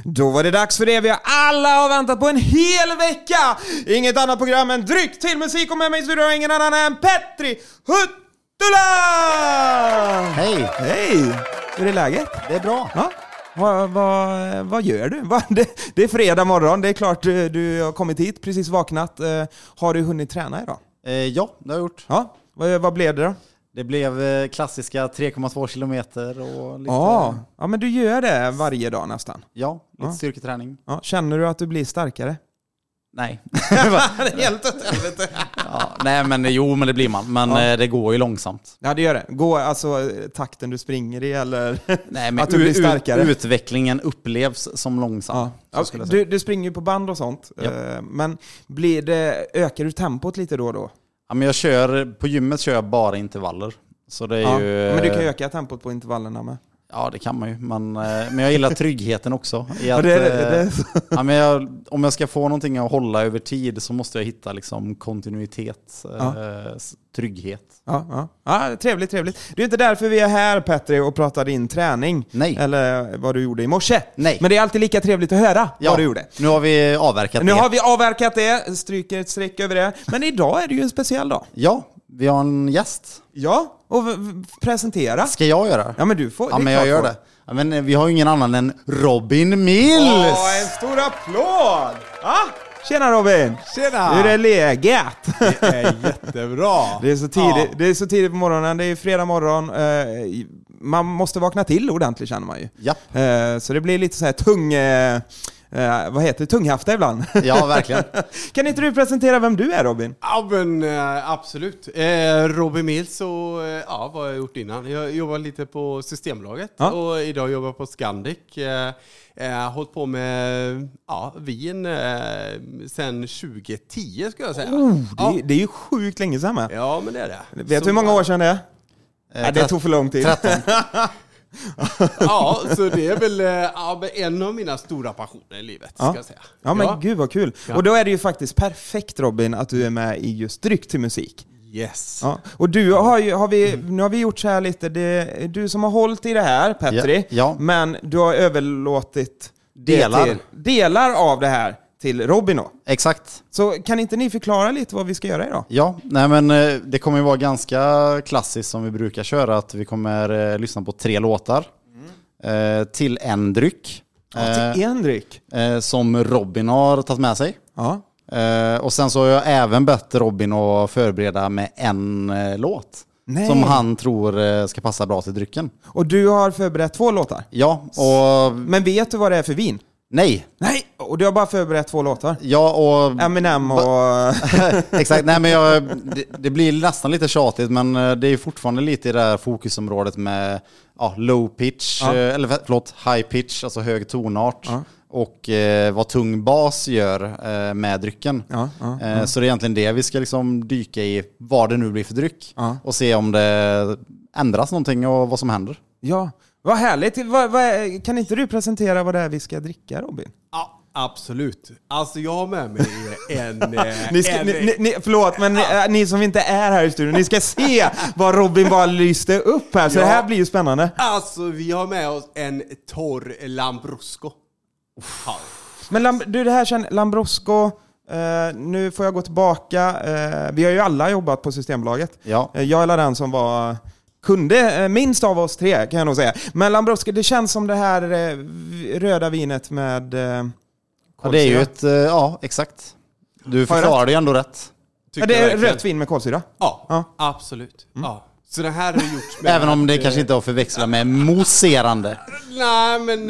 Då var det dags för det vi alla har väntat på en hel vecka. Inget annat program än Dryck till musik, och med mig så har ingen annan än Petri Huttula! Hej! Hej! Hur är läget? Det är bra. Ja? Vad gör du? Det är fredag morgon, det är klart du har kommit hit, precis vaknat. Har du hunnit träna idag? Ja, det har jag gjort. Ja, vad blev det då? Det blev klassiska 3,2 kilometer och lite... Ja, men du gör det varje dag nästan. Ja, lite styrketräning. Ja, känner du att du blir starkare? Nej. Helt åt helvete. Nej, men men det blir man. Men det går ju långsamt. Ja, det gör det. Går alltså takten du springer i, eller nej, men att du blir starkare? Utvecklingen upplevs som långsam. Ja. Du springer ju på band och sånt. Ja. Men ökar du tempot lite då och då? Ja, men på gymmet kör jag bara intervaller. Så det är ju... Men du kan öka tempot på intervallerna med. Ja, det kan man ju. Men jag gillar tryggheten också. Om jag ska få någonting att hålla över tid så måste jag hitta liksom kontinuitet, trygghet. Ja, trevligt. Det är inte därför vi är här, Petri, och pratar din träning. Nej. Eller vad du gjorde i morse. Nej. Men det är alltid lika trevligt att höra vad du gjorde. Nu har vi avverkat det. Stryker ett streck över det. Men idag är det ju en speciell dag. Ja, vi har en gäst. Ja, och presentera. Ska jag göra? Ja, men du får. Ja, men jag gör det. Ja, men vi har ju ingen annan än Robin Mills. En stor applåd! Tjena Robin! Tjena! Hur är läget? Det är jättebra. Det är så tidigt, det är så tidigt på morgonen. Det är fredag morgon. Man måste vakna till ordentligt, känner man ju. Japp. Så det blir lite så här vad heter det? Tunghafta ibland. Ja, verkligen. Kan inte du presentera vem du är, Robin? Ja, men absolut. Robin Mills och vad har jag gjort innan? Jag jobbar lite på Systembolaget och idag jobbar jag på Scandic. Jag har hållit på med vin sedan 2010, ska jag säga. Det är ju sjukt länge sedan med. Ja, men det är det. Vet du hur många år sedan det är? Det tog för lång tid. 13. Ja, så det är väl en av mina stora passioner i livet, ska jag säga. Ja, men gud vad kul. Ja. Och då är det ju faktiskt perfekt, Robin, att du är med i just Dryck till musik. Yes. Ja. Och du nu har vi gjort så här lite, det är du som har hållit i det här, Petri. Ja. Men du har överlåtit delar av det här till Robin då. Exakt. Så kan inte ni förklara lite vad vi ska göra idag? Ja, nej men det kommer ju vara ganska klassiskt som vi brukar köra, att vi kommer lyssna på 3 låtar till en dryck. Till en dryck? Som Robin har tagit med sig. Ja. Och sen så har jag även bett Robin att förbereda med en låt. Nej. Som han tror ska passa bra till drycken. Och du har förberett 2 låtar? Ja. Men vet du vad det är för vin? Nej, och du har bara förberett 2 låtar? Ja, och... Eminem och... Exakt, nej men det blir nästan lite tjatigt, men det är fortfarande lite i det här fokusområdet med low pitch, high pitch, alltså hög tonart. Och vad tung bas gör med drycken. Så det är egentligen det vi ska liksom dyka i, vad det nu blir för dryck. Och se om det ändras någonting och vad som händer. Ja. Vad härligt. Kan inte du presentera vad det är vi ska dricka, Robin? Ja, absolut. Alltså jag har med mig en... förlåt, men ni som inte är här i studion, ni ska se vad Robin bara lyste upp här. Så det här blir ju spännande. Alltså vi har med oss en torr Lambrusco. Men det här känner Lambrusco... nu får jag gå tillbaka. Vi har ju alla jobbat på Systembolaget. Ja. Jag är den som kunde minst av oss 3, kan jag nog säga. Men Lambrusco, det känns som det här röda vinet med kolsyra. Det är ju ett, exakt. Du förklarar det ändå rätt. Det är rött vin med kolsyra? Ja, absolut. Ja. Så det här har gjorts med... Även om det kanske inte har förväxlat med mousserande. Nej, men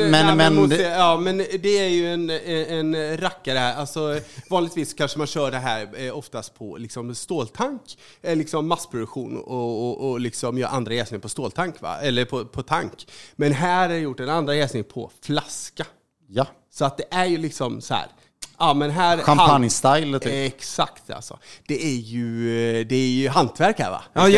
det är ju en rackare här. Alltså, vanligtvis kanske man kör det här oftast på liksom ståltank. Liksom massproduktion och liksom gör andra jäsning på ståltank, va? Eller på tank. Men här är gjort en andra jäsning på flaska. Ja. Så att det är ju liksom så här... Ja, men här champagne-style typ. Exakt, alltså. Det är ju hantverk här, va?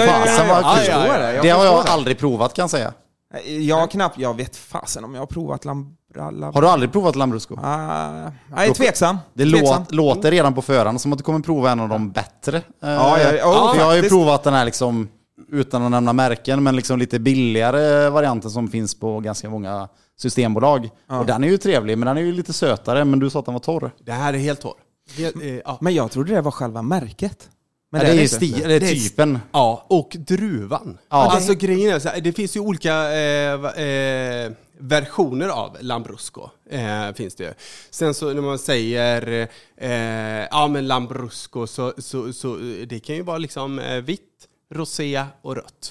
Det har jag aldrig provat, kan jag säga. Jag vet fasen om jag har provat Har du aldrig provat Lambrusco? Jag är tveksam. Det låter redan på förhand som att du kommer prova en av de bättre. Jag har ju provat den här liksom utan att nämna märken, men liksom lite billigare varianten som finns på ganska många systembolag. Och den är ju trevlig, men den är ju lite sötare, men du sa att den var torr. Det här är helt torr. Men jag trodde det var själva märket. Men det är typen. Ja, och druvan. Ja. Alltså grejen är så här, det finns ju olika versioner av Lambrusco. Finns det ju. Sen så när man säger men Lambrusco så det kan ju vara liksom vitt, rosé och rött.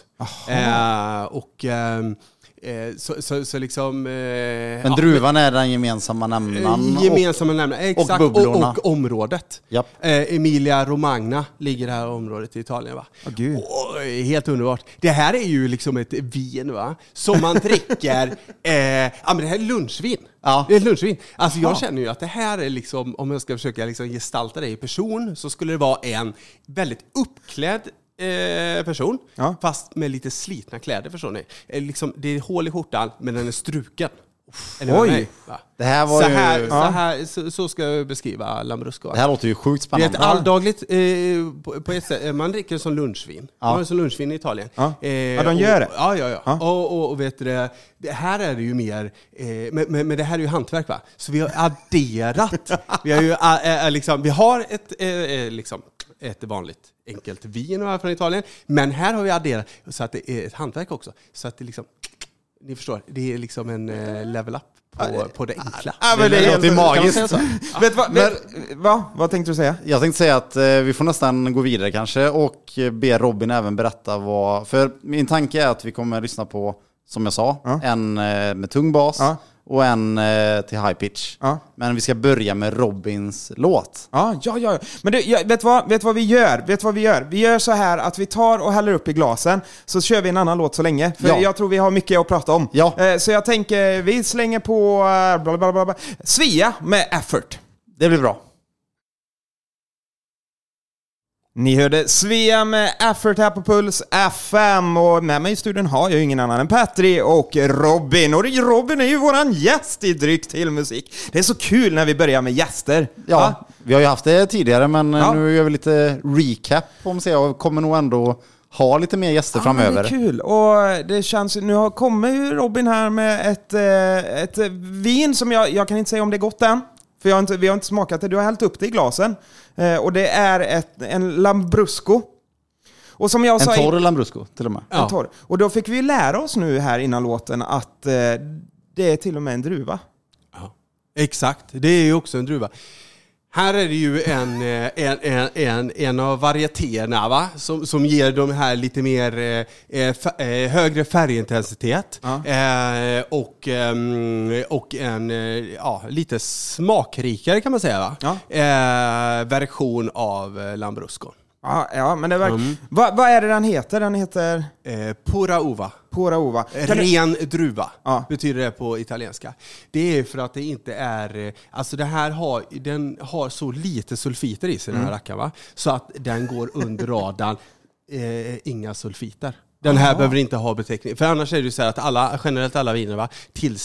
Så liksom... men druvan är den gemensamma nämnaren. Gemensamma nämnaren, exakt. Och området. Japp. Emilia Romagna ligger det här området i Italien, va? Gud. Helt underbart. Det här är ju liksom ett vin, va? Som man dricker... men det här är lunchvin. Ja. Det är ett lunchvin. Alltså jag känner ju att det här är liksom... Om jag ska försöka liksom gestalta det i person så skulle det vara en väldigt uppklädd person, fast med lite slitna kläder, förstår ni. Liksom, det är hål i skjortan, men den är struken. Oj! Det här var så ska jag beskriva Lambrusco. Det här låter ju sjukt spännande. Det är ett alldagligt på ett sätt. Man dricker som lunchvin. Man har som lunchvin i Italien. De gör det? Ja. Och vet du, det här är det ju mer... Men det här är ju hantverk, va? Så vi har adderat. Vi har ju liksom... Vi har ett vanligt enkelt vin från Italien. Men här har vi adderat så att det är ett hantverk också. Så att det liksom... Ni förstår, det är liksom en level up på det enkla. Det låter magiskt. Vad tänkte du säga? Jag tänkte säga att vi får nästan gå vidare kanske och be Robin även berätta vad... För min tanke är att vi kommer lyssna på, som jag sa, en med tung bas och en till high pitch. Men vi ska börja med Robins låt. Ja. Men du, vet vad vi gör? Vi gör så här att vi tar och häller upp i glasen, så kör vi en annan låt så länge. För jag tror vi har mycket att prata om. Så jag tänker, vi slänger på Svea med Effort. Det blir bra. Ni hörde Svea med Effort här på Puls FM, och med mig i studion har jag ju ingen annan än Petri och Robin. Och Robin är ju våran gäst i Dryck till musik. Det är så kul när vi börjar med gäster. Ja, vi har ju haft det tidigare, men nu gör vi lite recap om sig, och kommer nog ändå ha lite mer gäster framöver. Det är kul, och det känns, nu kommer ju Robin här med ett vin som jag kan inte säga om det är gott än. För vi har inte smakat det. Du har hällt upp det i glasen. Och det är en Lambrusco. Och som jag sa, torr Lambrusco till och med. En torr. Och då fick vi lära oss nu här innan låten att det är till och med en druva. Ja, exakt. Det är ju också en druva. Här är det ju en av varietéerna, va? Som ger de här lite mer högre färgintensitet och en lite smakrikare, kan man säga, va? Version av Lambrusco. Ja, men det verkar... Vad är det den heter? Den heter... Pura uva. Pura uva. Ren druva betyder det på italienska. Det är för att det inte är... Alltså det här den har så lite sulfiter i sig, den här rackaren, va? Så att den går under radarn. Inga sulfiter. Den här behöver inte ha beteckning. För annars är det ju så här att generellt alla viner, va,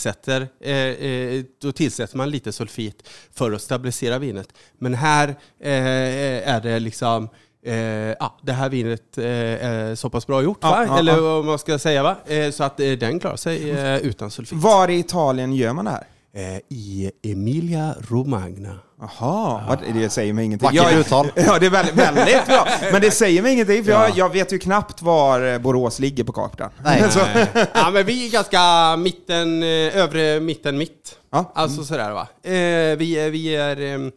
då tillsätter man lite sulfit för att stabilisera vinet. Men här är det liksom... det här vinet är så pass bra gjort, va? Eller vad man ska säga, va? Så att den klarar sig utan sulfit. Var i Italien gör man det här? I Emilia Romagna. Jaha, det säger mig ingenting. Vackert uttal. Ja, det är väldigt bra. Men det säger mig ingenting, för jag vet ju knappt var Borås ligger på kartan. Nej. Ja, men vi är ganska övre mitt. Alltså sådär, va? Vi är...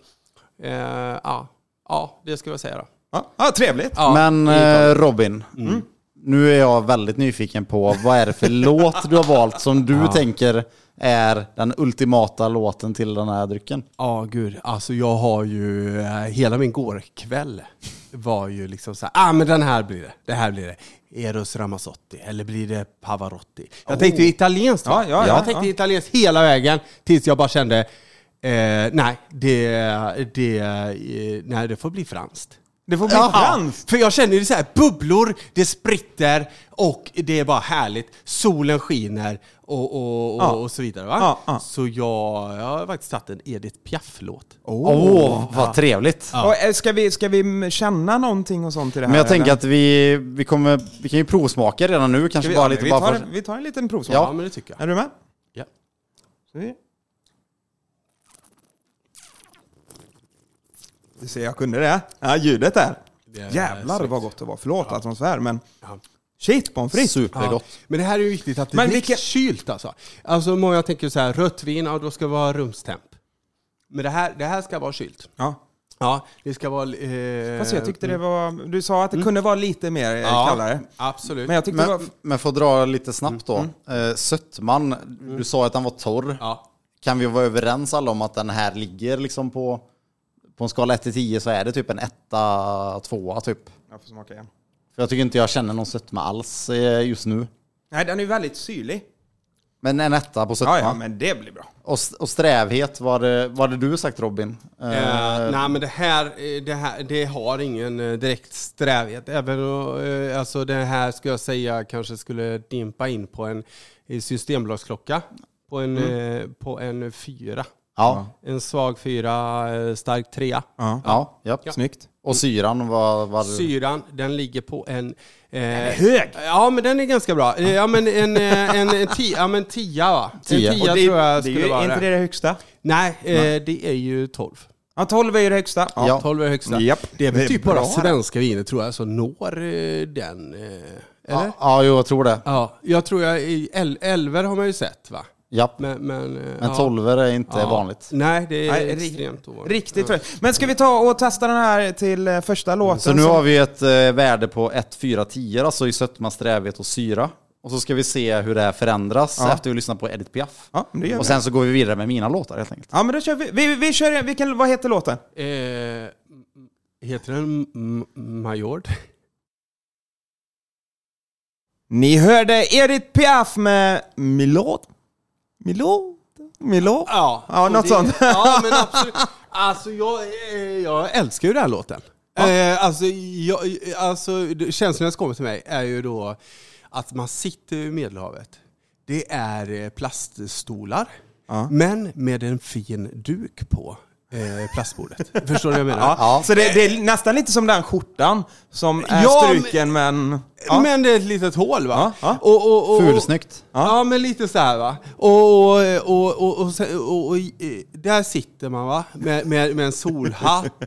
det ska jag säga då. Ja, trevligt. Ja, men Robin, nu är jag väldigt nyfiken på vad är det för låt du har valt som du tänker är den ultimata låten till den här drycken? Gud. Alltså jag har ju... hela min gårkväll var ju liksom så här... men det här blir det. Eros Ramazzotti. Eller blir det Pavarotti? Jag tänkte italienskt. Jag tänkte italienskt hela vägen tills jag bara kände... nej, det får bli franskt. Det får bli chans. För jag känner ju så här, bubblor, det spritter och det är bara härligt. Solen skiner och så vidare, va? Så jag har faktiskt satt en Edith Piaf-låt. Vad trevligt. Och ska vi känna någonting och sånt i det här? Men jag tänker att vi kan ju provsmaka redan nu. Kanske vi tar en liten provsmak. Ja, men det tycker jag. Är du med? Ja. Du ser, jag kunde det. Ja, ljudet där. Jävlar vad gott det var. Förlåt att de svär, men... Shit, pommes frites. Supergott. Men det här är ju viktigt att det blir kylt alltså. Alltså många tänker så här, rött vin, då ska det vara rumstemp. Men det här ska vara kylt. Ja, det ska vara... Fast jag tyckte det var... Du sa att det kunde vara lite mer kallare. Absolut. Men jag tyckte men för att dra lite snabbt då. Sötman, du sa att den var torr. Ja. Kan vi vara överens alla om att den här ligger liksom på en skala 1-10 så är det typ en 1-2 typ. Jag får smaka igen. För jag tycker inte jag känner någon sötma alls just nu. Nej, den är ju väldigt syrlig. Men en 1 på sötma. Ja, men det blir bra. Och strävhet, var det du sagt, Robin? Nej, men det har ingen direkt strävhet. Även alltså det här ska jag säga kanske skulle dimpa in på en systembolagsklocka på en 4. Ja. En svag 4, stark 3. Ja. Snyggt. Och syran var Syran, den ligger på en hög. Ja, men den är ganska bra. Ja, men en 10, va? 10 tror jag skulle vara. Är inte det högsta? Nej, det är ju 12. Ja, 12 är det högsta. Ja, 12 är det högsta. Japp. Det är väl typ bara svenska viner tror jag så når den. Eller? Ja, jag tror det. Ja, jag tror i 11 har man ju sett, va? Japp. Men 12 är inte vanligt. Nej, det är extremt ovanligt. Riktigt trött. Men ska vi ta och testa den här till första låten? Så nu har vi ett värde på 1-4-10, alltså i sötma, strävhet och syra. Och så ska vi se hur det här förändras efter vi lyssnar på Edith Piaf. Ja, det gör och sen så går vi vidare med mina låtar helt enkelt. Ja, men då kör vi. Vi kör, vad heter låten? Heter den Majord? Ni hörde Edith Piaf med Milord. Ja, något sånt. Ja, men absolut. Alltså, jag älskar ju den här låten. Känslan som kommer till mig är ju då att man sitter i Medelhavet. Det är plaststolar, men med en fin duk på plastbordet. Förstår du vad jag menar? Ja. Så det är nästan lite som den skjortan som är struken, men det är ett litet hål, va? Ja. Och fulsnyggt. Ja, men lite så här, va? Och där sitter man, va? Med en solhatt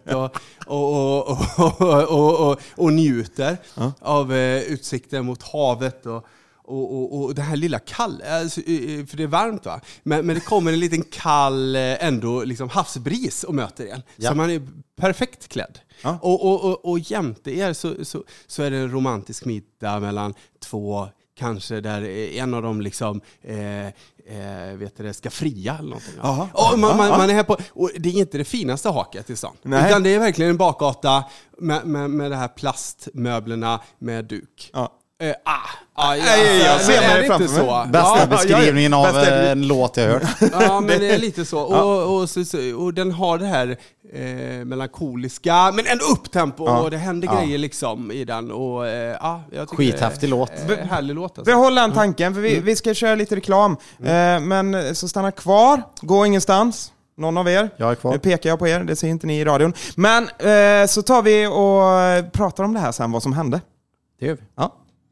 och njuter av utsikten mot havet och det här lilla för det är varmt, va? Men det kommer en liten kall ändå liksom havsbris och möter en. Så man är perfekt klädd. Ja. Och jämte er så är det en romantisk middag mellan två, kanske där en av dem liksom ska fria eller någonting. Och man är här på, och det är inte det finaste haket i stan. Utan det är verkligen en bakgata med det här plastmöblerna med duk. Jag ser mig framför mig. Bästa beskrivningen av en låt jag hört. Ja, men det är lite så. Och den har det här melankoliska, men ändå upptempo och det händer grejer liksom i den. Och jag tycker skithäftig låt. Härlig låt. Alltså. Behålla den tanken, för vi ska köra lite reklam. Men så stanna kvar, gå ingenstans. Någon av er. Jag är kvar. Nu pekar jag på er, det ser inte ni i radion. Men så tar vi och pratar om det här sen, vad som hände. Det gör vi. Ja.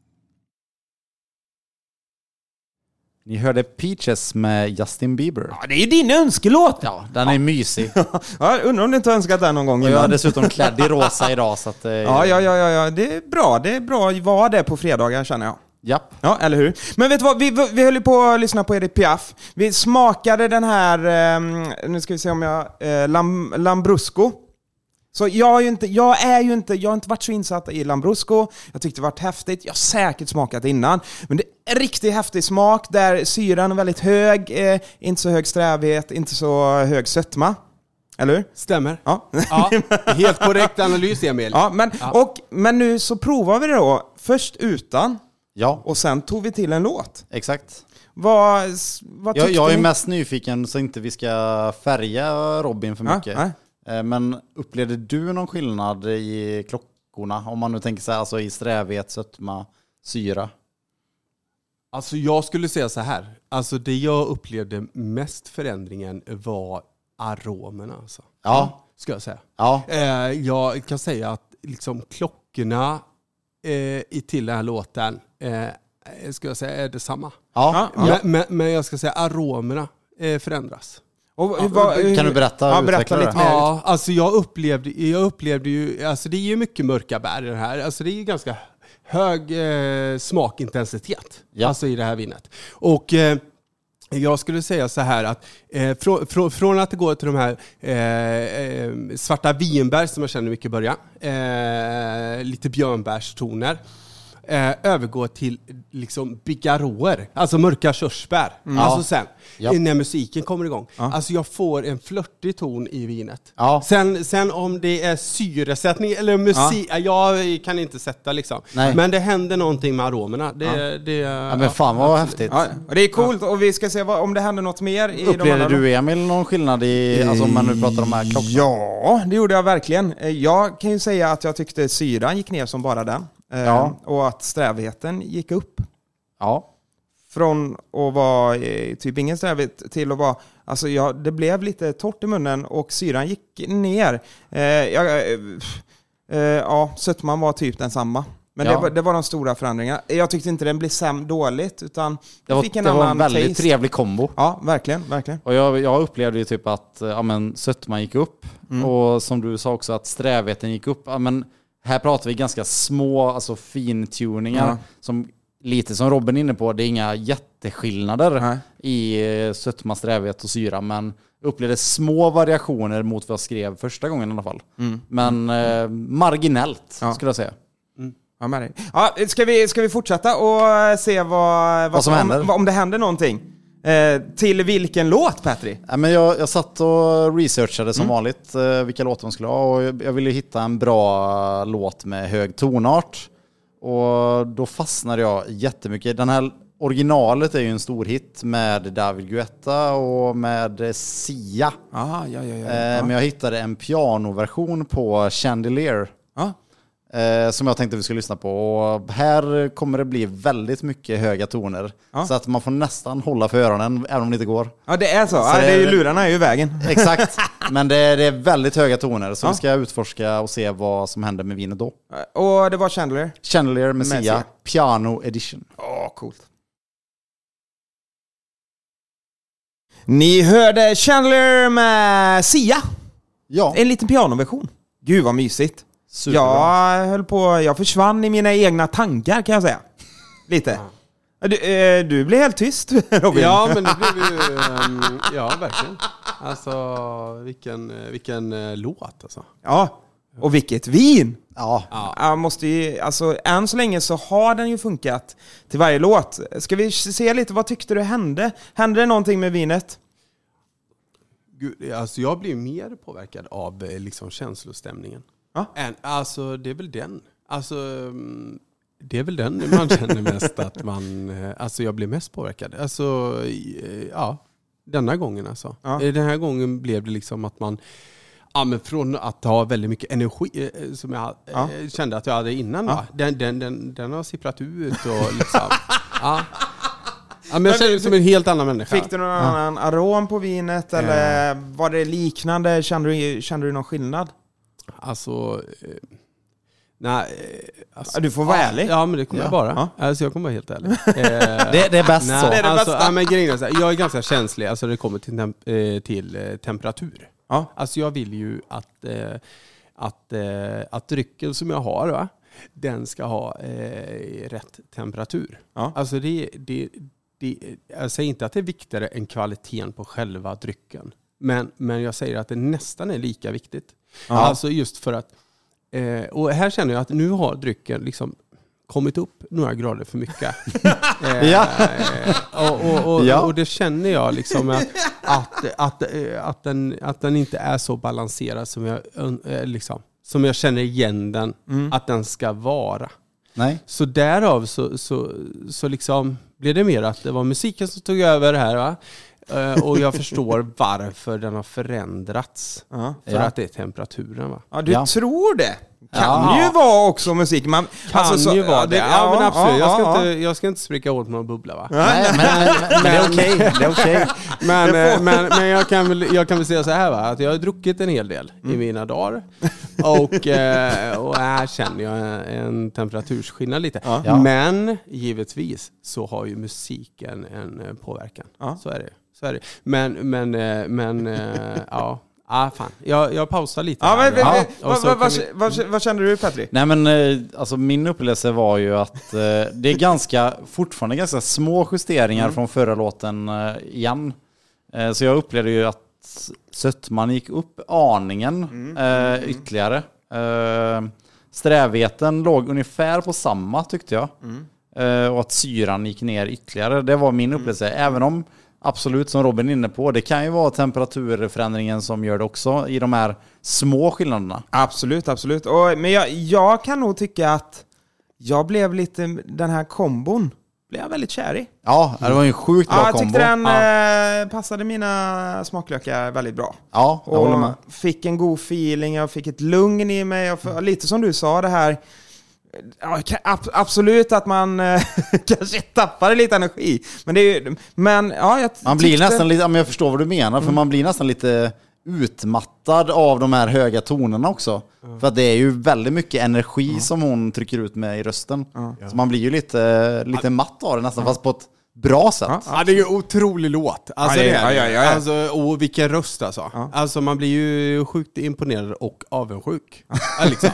Ni hörde Peaches med Justin Bieber. Ja, det är ju din önskelåt. Ja, den är mysig. Ja, undrar om du inte önskat den någon gång innan. Jag är dessutom klädd i rosa idag. Så att, ja, det är bra. Det är bra att vara det på fredagar, känner jag. Japp. Ja, eller hur? Men vet du vad? Vi höll på att lyssna på Edith Piaf. Vi smakade den här, nu ska vi se om jag, Lambrusco. Så jag har inte varit så insatt i Lambrusco. Jag tyckte det var häftigt. Jag har säkert smakat innan. Men det är en riktigt häftig smak där syran är väldigt hög. Inte så hög strävhet, inte så hög sötma. Eller hur? Stämmer. Ja. Helt korrekt analys, Emil. Ja, men nu så provar vi det då. Först utan. Ja. Och sen tog vi till en låt. Exakt. Vad tyckte jag är ni? mest nyfiken så inte vi ska färga Robin för mycket. Men upplevde du någon skillnad i klockorna? Om man nu tänker sig alltså i strävhet, sötma, syra. Alltså jag skulle säga så här. Alltså det jag upplevde mest förändringen var aromerna. Alltså. Ja. Ska jag säga. Ja. Jag kan säga att liksom klockorna till den här låten ska jag säga är detsamma. Ja. Men jag ska säga aromerna förändras. Kan du berätta? Berätta lite mer. Ja, alltså jag upplevde ju, alltså det är ju mycket mörka bär i det här. Alltså det är ju ganska hög smakintensitet alltså i det här vinet. Och jag skulle säga så här att från att det går till de här svarta vinbär som jag känner mycket i början, lite björnbärstoner, övergår till liksom bigarråer, alltså mörka körsbär. Alltså sen när musiken kommer igång. Alltså jag får en flörtig ton i vinet. Sen om det är syresättning eller musik, jag kan inte sätta liksom. Nej. Men det händer någonting med aromerna. Men fan vad häftigt. Ja, det är coolt och vi ska se om det händer något mer i upplevde du, Emil, någon skillnad i, alltså om man nu pratar om de här klockorna? Ja, det gjorde jag verkligen. Jag kan ju säga att jag tyckte syran gick ner som bara den. Och att strävheten gick upp. Ja. Från att vara typ ingen strävhet till att vara... Alltså det blev lite torrt i munnen och syran gick ner. Sötman var typ densamma. Men det var de stora förändringarna. Jag tyckte inte den blev dåligt, utan det var en väldigt taste. Trevlig kombo. Ja, verkligen. Och jag upplevde ju typ att sötman gick upp. Och som du sa också att strävheten gick upp. Här pratar vi ganska små, alltså fintuningar som lite som Robin är inne på, det är inga jätteskillnader i sötma, strävhet och syra, men upplevde små variationer mot vad jag skrev första gången i alla fall. Men marginellt skulle jag säga. Ja, med dig. Ja, ska vi fortsätta och se vad som händer? Om det händer någonting. Till vilken låt, Patrik? Ja, men jag satt och researchade som vanligt vilka låtar man skulle ha, och jag ville hitta en bra låt med hög tonart, och då fastnade jag jättemycket. Den här originalet är ju en stor hit med David Guetta och med Sia. Men jag hittade en pianoversion på Chandelier. Som jag tänkte vi skulle lyssna på. Och här kommer det bli väldigt mycket höga toner. Så att man får nästan hålla för öronen även om det inte går. Ja, det är så. Det är ju lurarna är ju i vägen. Exakt. Men det är väldigt höga toner. Så vi ska utforska och se vad som händer med vinet då. Och det var Chandelier? Chandelier med Sia. Piano edition. Coolt. Ni hörde Chandelier med Sia. Ja. En liten pianoversion. Gud vad mysigt. Superbra. Jag försvann i mina egna tankar, kan jag säga. Lite. Du blev helt tyst, Robin. Ja, men det blev ju... ja, verkligen. Alltså, vilken låt alltså. Ja, och vilket vin. Ja. Jag måste ju, alltså, än så länge så har den ju funkat till varje låt. Ska vi se lite, vad tyckte du hände? Hände det någonting med vinet? Gud, alltså jag blir mer påverkad av liksom känslostämningen. Alltså det är väl den. Alltså det är väl den man känner mest att man, alltså jag blir mest påverkad. Alltså denna gången alltså. Den här gången blev det liksom att man men från att ha väldigt mycket energi som jag kände att jag hade innan den har sipprat ut och liksom men jag känner mig som en helt annan människa. Fick du någon annan arom på vinet eller var det liknande? Kände du någon skillnad? Alltså nej, alltså, du får vara ärlig. Ja, men det kommer jag bara. Alltså jag kommer vara helt ärlig. Det är bäst så. Det är det bästa. Men grejen är så här, jag är ganska känslig alltså det kommer till temperatur. Alltså jag vill ju att drycken som jag har den ska ha rätt temperatur. Alltså jag säger inte att det är viktigare än kvaliteten på själva drycken. Men jag säger att det nästan är lika viktigt. Alltså just för att och här känner jag att nu har drycken liksom kommit upp några grader för mycket. Och det känner jag liksom att den inte är så balanserad som jag känner igen den att den ska vara. Nej. Så därav så liksom blev det mer att det var musiken som tog över här Och jag förstår varför den har förändrats. För att det är temperaturen, va? Ja, du tror det. Kan ju vara också musik. Man kan ju vara det. Ja, men absolut. Jag ska inte spricka åt någon bubbla, va? Nej, men det är okej. Det är okej. Men jag kan väl säga så här, va? Att jag har druckit en hel del i mina dagar. Och här känner jag en temperaturskillnad lite. Ja. Men givetvis så har ju musiken en påverkan. Ja. Så är det. Men ja. Fan. Jag pausar lite. Vad känner du, Petri? Nej, men alltså min upplevelse var ju att det är fortfarande ganska små justeringar från förra låten igen. Så jag upplevde ju att sötman gick upp aningen ytterligare. Strävheten låg ungefär på samma, tyckte jag. Och att syran gick ner ytterligare. Det var min upplevelse. Även om absolut, som Robin är inne på, det kan ju vara temperaturförändringen som gör det också i de här små skillnaderna. Absolut. Men jag kan nog tycka att jag blev lite, den här kombon blev jag väldigt kär i. Ja, det var ju en sjukt bra kombo. Jag tyckte den passade mina smaklökar väldigt bra. Ja, jag håller med. Fick en god feeling, jag fick ett lugn i mig. Lite som du sa, det här. Ja, absolut att man kanske tappar lite energi. Men det är ju, man blir nästan lite, jag förstår vad du menar, för man blir nästan lite utmattad av de här höga tonerna också. För att det är ju väldigt mycket energi som hon trycker ut med i rösten. Så man blir ju lite matt av det nästan, fast på ett bra sätt. Ja, det är ju en otrolig låt. Alltså, och vilken röst alltså. Alltså man blir ju sjukt imponerad och avundsjuk. Liksom.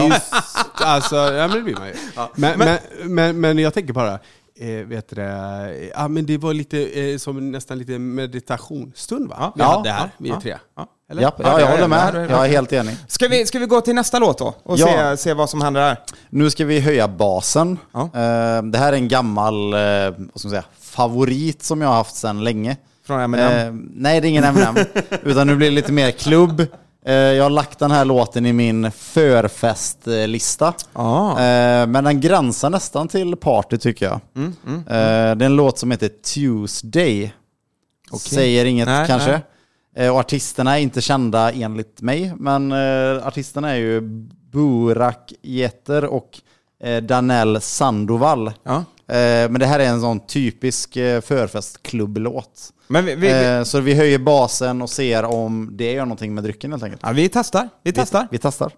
Men det blir man ju. Men jag tänker bara, men det var lite som nästan lite meditationsstund, va? Vi hade här, vi är tre. Eller? Ja, jag håller med. Jag är helt enig. Ska vi gå till nästa låt då? Och se vad som händer här? Nu ska vi höja basen. Det här är en gammal favorit som jag har haft sedan länge. Från Eminem? Nej, det är ingen Eminem. Utan nu blir det lite mer klubb. Jag har lagt den här låten i min förfestlista. Men den gränsar nästan till party, tycker jag. Det är en låt som heter Tuesday. Säger inget kanske. Och artisterna är inte kända enligt mig. Men artisterna är ju Burak Yeter och Danel Sandoval. Men det här är en sån typisk förfestklubblåt. Så vi höjer basen och ser om det gör någonting med drycken helt enkelt. Ja, vi testar. Vi testar.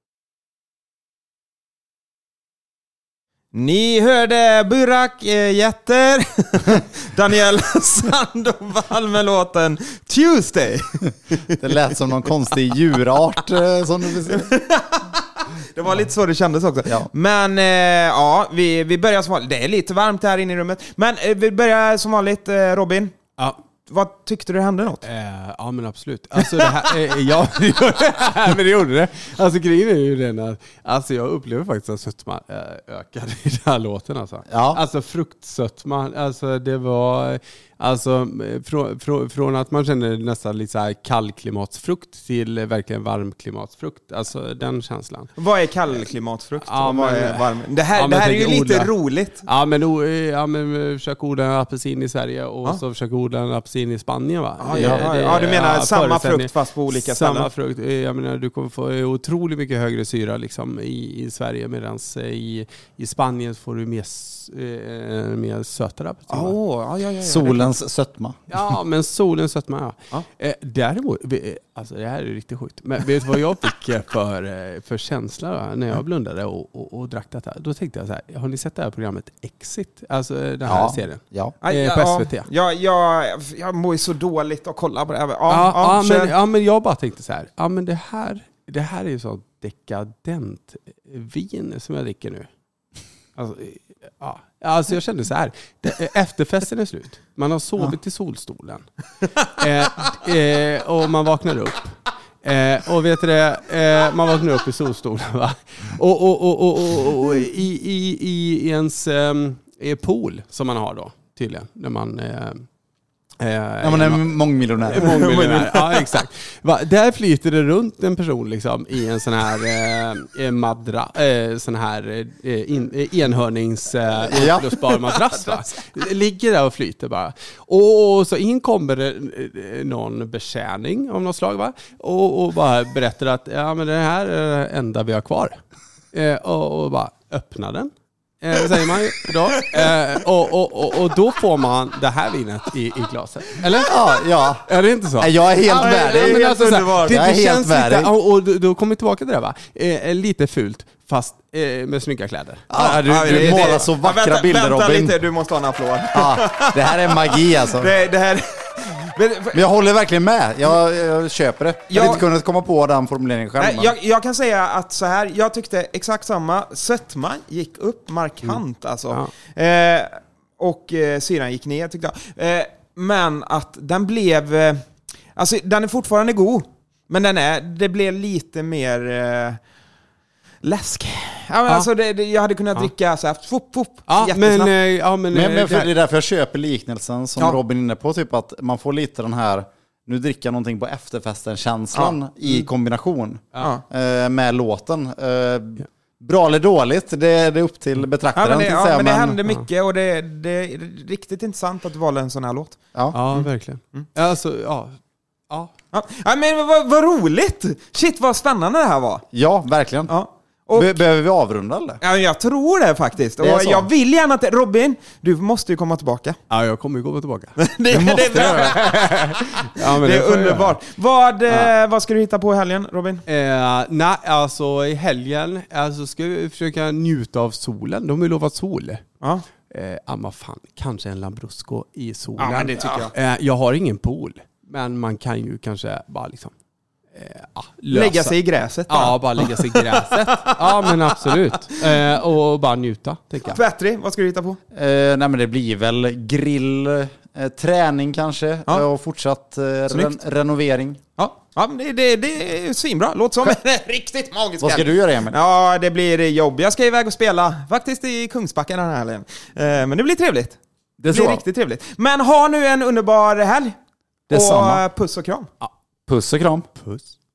Ni hörde Burak Yeter, Daniel Sandoval med låten Tuesday. Det lät som någon konstig djurart som du vill se. Det var lite så det kändes också. Ja. Men vi börjar som vanligt. Det är lite varmt här inne i rummet. Men vi börjar som vanligt, Robin. Ja. Vad tyckte du hände något? Ja, men absolut. Alltså det här, men det gjorde det. Alltså grejen är ju den att alltså jag upplever faktiskt att sötman ökade i den här låten alltså. Ja. Alltså fruktsötman, alltså det var alltså från att man känner nästan lite så här kallklimatsfrukt till verkligen varmklimatsfrukt. Alltså den känslan. Vad är kallklimatsfrukt? Ja, vad är varm? Det här är ju lite roligt. Ja, men försök odla en apelsin i Sverige och så försök odla en apelsin i Spanien, va? Du menar samma frukt fast på olika ställen? Samma frukt. Jag menar, du kommer få otroligt mycket högre syra liksom i Sverige, medan i Spanien får du mer sötare apelsin. Solens sötma. Ja, men solens sötma, ja. Däremot, alltså det här är riktigt sjukt. Men vet du vad jag fick för känsla då, när jag blundade och drack detta? Då tänkte jag så här, har ni sett det här programmet Exit? Alltså den här serien? Ja. På SVT. Jag mår ju så dåligt att kolla på det här. Men jag bara tänkte så här, men det här är ju så dekadent vin som jag dricker nu. Alltså jag kände så här, efterfesten är slut. Man har sovit i solstolen. Och man vaknar upp. Och vet du det, man vaknar upp i solstolen, va? Och i ens pool som man har då tydligen när man Ja, men en mångmiljonär. Mångmiljonär. Ja, exakt. Där flyter det runt en person liksom i en sån här madra, sån här enhörnings uppblåsbar madrass. Va? Ligger där och flyter bara. Och så in kommer det någon betjäning av något slag, va? Och bara berättar att ja, men det här är det enda vi har kvar. Och bara öppna den. Säger man ju då. Och då får man det här vinet i glaset. Eller? Ja. Är det inte så? Jag är helt värdig. Det är helt underbart. Jag är helt värdig. Och då kommer vi tillbaka till det, va? Lite fult, fast med snygga kläder. Du målar så vackra bilder, Robin. Vänta lite, du måste ha en applåd. Det här är magi alltså. Det här... Men jag håller verkligen med. Jag köper det. Jag hade inte kunnat komma på den formuleringen själv. Jag kan säga att så här, jag tyckte exakt samma. Sötman gick upp markant alltså. Och syran gick ner, tyckte jag. Men att den blev... alltså den är fortfarande god. Men det blev lite mer... läsk. Ja, men alltså jag hade kunnat dricka så här Men det är därför jag köper liknelsen som Robin är inne på, typ att man får lite den här nu dricker någonting på efterfesten-känslan i kombination med låten. Bra eller dåligt, det är upp till betraktaren. Men det hände mycket och det är riktigt intressant att du valde en sån här låt. Ja, verkligen. Alltså, men vad roligt! Shit, vad spännande det här var. Ja, verkligen. Ja. Behöver vi avrunda eller? Ja, jag tror det faktiskt. Och jag vill gärna att... Robin, du måste ju komma tillbaka. Ja, jag kommer ju komma tillbaka. det är underbart. Vad ska du hitta på i helgen, Robin? Nej, alltså i helgen ska vi försöka njuta av solen. De har ju lovat sol. Ja. Men fan, kanske en Lambrusco i solen. Ja, men det tycker jag. Jag har ingen pool, men man kan ju kanske bara liksom lägga sig i gräset. Bara lägga sig i gräset. Ja, men absolut. Och bara njuta, tänker jag. Tvättrig, vad ska du hitta på? Nej, men det blir väl grill, träning kanske, och fortsatt renovering. Ja, men det är svinbra. Låter som en riktigt magisk. Vad ska du göra, Emil? Ja, det blir jobb. Jag ska iväg och spela faktiskt i Kungsbacka den här helgen. Men det blir trevligt. Det blir riktigt trevligt. Men ha nu en underbar helg. Detsamma. Och puss och kram. Puss och kram. Puss.